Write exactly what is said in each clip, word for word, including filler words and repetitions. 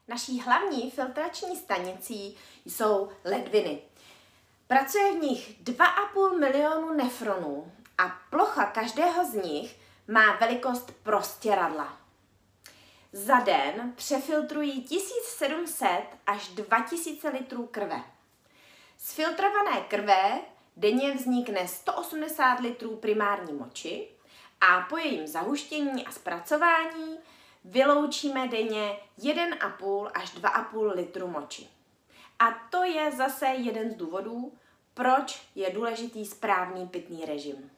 Naší hlavní filtrační stanicí jsou ledviny. Pracuje v nich dva a půl milionu nefronů a plocha každého z nich má velikost prostěradla. Za den přefiltrují tisíc sedm set až dva tisíce litrů krve. Z filtrované krve denně vznikne sto osmdesát litrů primární moči a po jejím zahuštění a zpracování vyloučíme denně jeden a půl až dva a půl litru moči. A to je zase jeden z důvodů, proč je důležitý správný pitný režim.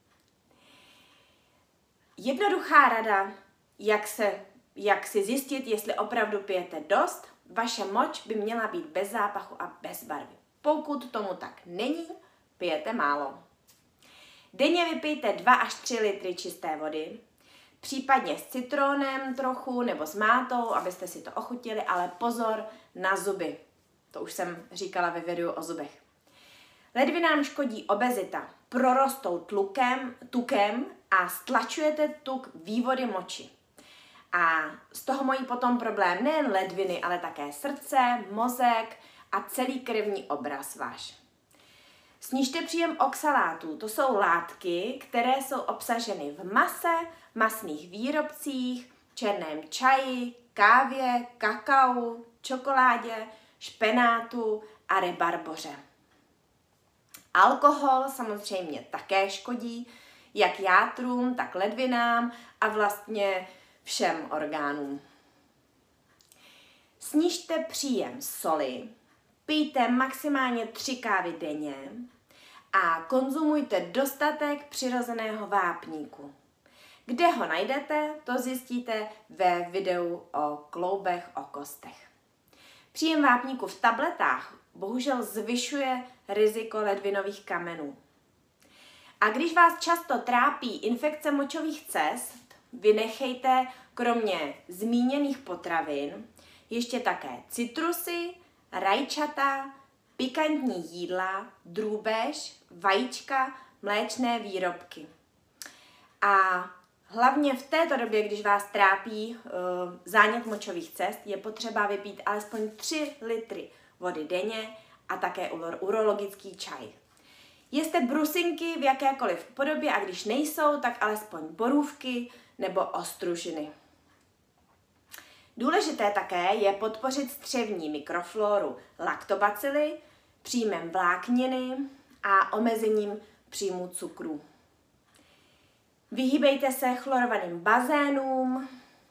Jednoduchá rada, jak, se, jak si zjistit, jestli opravdu pijete dost, vaše moč by měla být bez zápachu a bez barvy. Pokud tomu tak není, pijete málo. Denně vypijte dva až tři litry čisté vody, případně s citronem trochu nebo s mátou, abyste si to ochutili, ale pozor na zuby. To už jsem říkala ve videu o zubech. Ledvinám škodí obezita, prorostou tlukem, tukem a stlačujete tuk vývody moči. A z toho mají potom problém nejen ledviny, ale také srdce, mozek a celý krevní obraz váš. Snižte příjem oxalátů, to jsou látky, které jsou obsaženy v mase, masných výrobcích, černém čaji, kávě, kakao, čokoládě, špenátu a rebarboře. Alkohol samozřejmě také škodí, jak játrům, tak ledvinám a vlastně všem orgánům. Snižte příjem soli, pijte maximálně tři kávy denně a konzumujte dostatek přirozeného vápníku. Kde ho najdete, to zjistíte ve videu o kloubech, o kostech. Příjem vápníku v tabletách bohužel zvyšuje riziko ledvinových kamenů. A když vás často trápí infekce močových cest, vynechejte kromě zmíněných potravin ještě také citrusy, rajčata, pikantní jídla, drůbež, vajíčka, mléčné výrobky. A hlavně v této době, když vás trápí uh, zánět močových cest, je potřeba vypít alespoň tři litry vody denně a také urologický čaj. Jeste brusinky v jakékoliv podobě a když nejsou, tak alespoň borůvky nebo ostružiny. Důležité také je podpořit střevní mikrofloru laktobacily, příjmem vlákniny a omezením příjmu cukrů. Vyhýbejte se chlorovaným bazénům,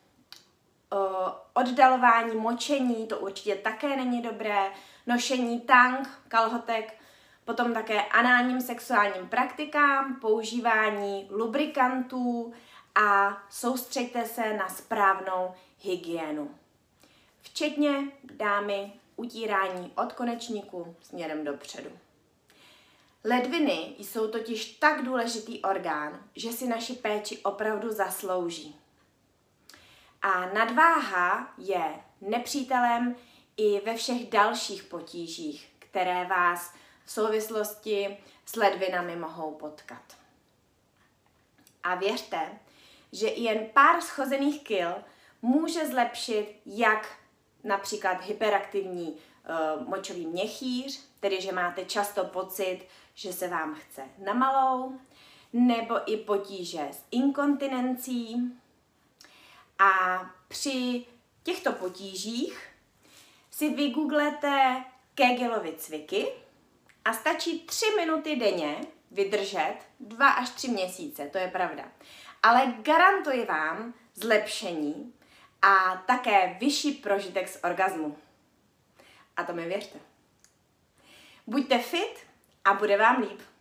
oddalování močení, to určitě také není dobré, nošení tank, kalhotek, potom také análním sexuálním praktikám, používání lubrikantů a soustřeďte se na správnou hygienu. Včetně, dámy, utírání od konečníku směrem dopředu. Ledviny jsou totiž tak důležitý orgán, že si naši péči opravdu zaslouží. A nadváha je nepřítelem i ve všech dalších potížích, které vás v souvislosti s ledvinami mohou potkat. A věřte, že i jen pár schozených kil může zlepšit jak například hyperaktivní uh, močový měchýř, tedy že máte často pocit, že se vám chce na malou, nebo i potíže s inkontinencí. A při těchto potížích si vygooglete Kegelovy cviky a stačí tři minuty denně vydržet dva až tři měsíce, to je pravda. Ale garantuji vám zlepšení a také vyšší prožitek z orgazmu. A to mi věřte. Buďte fit a bude vám líp.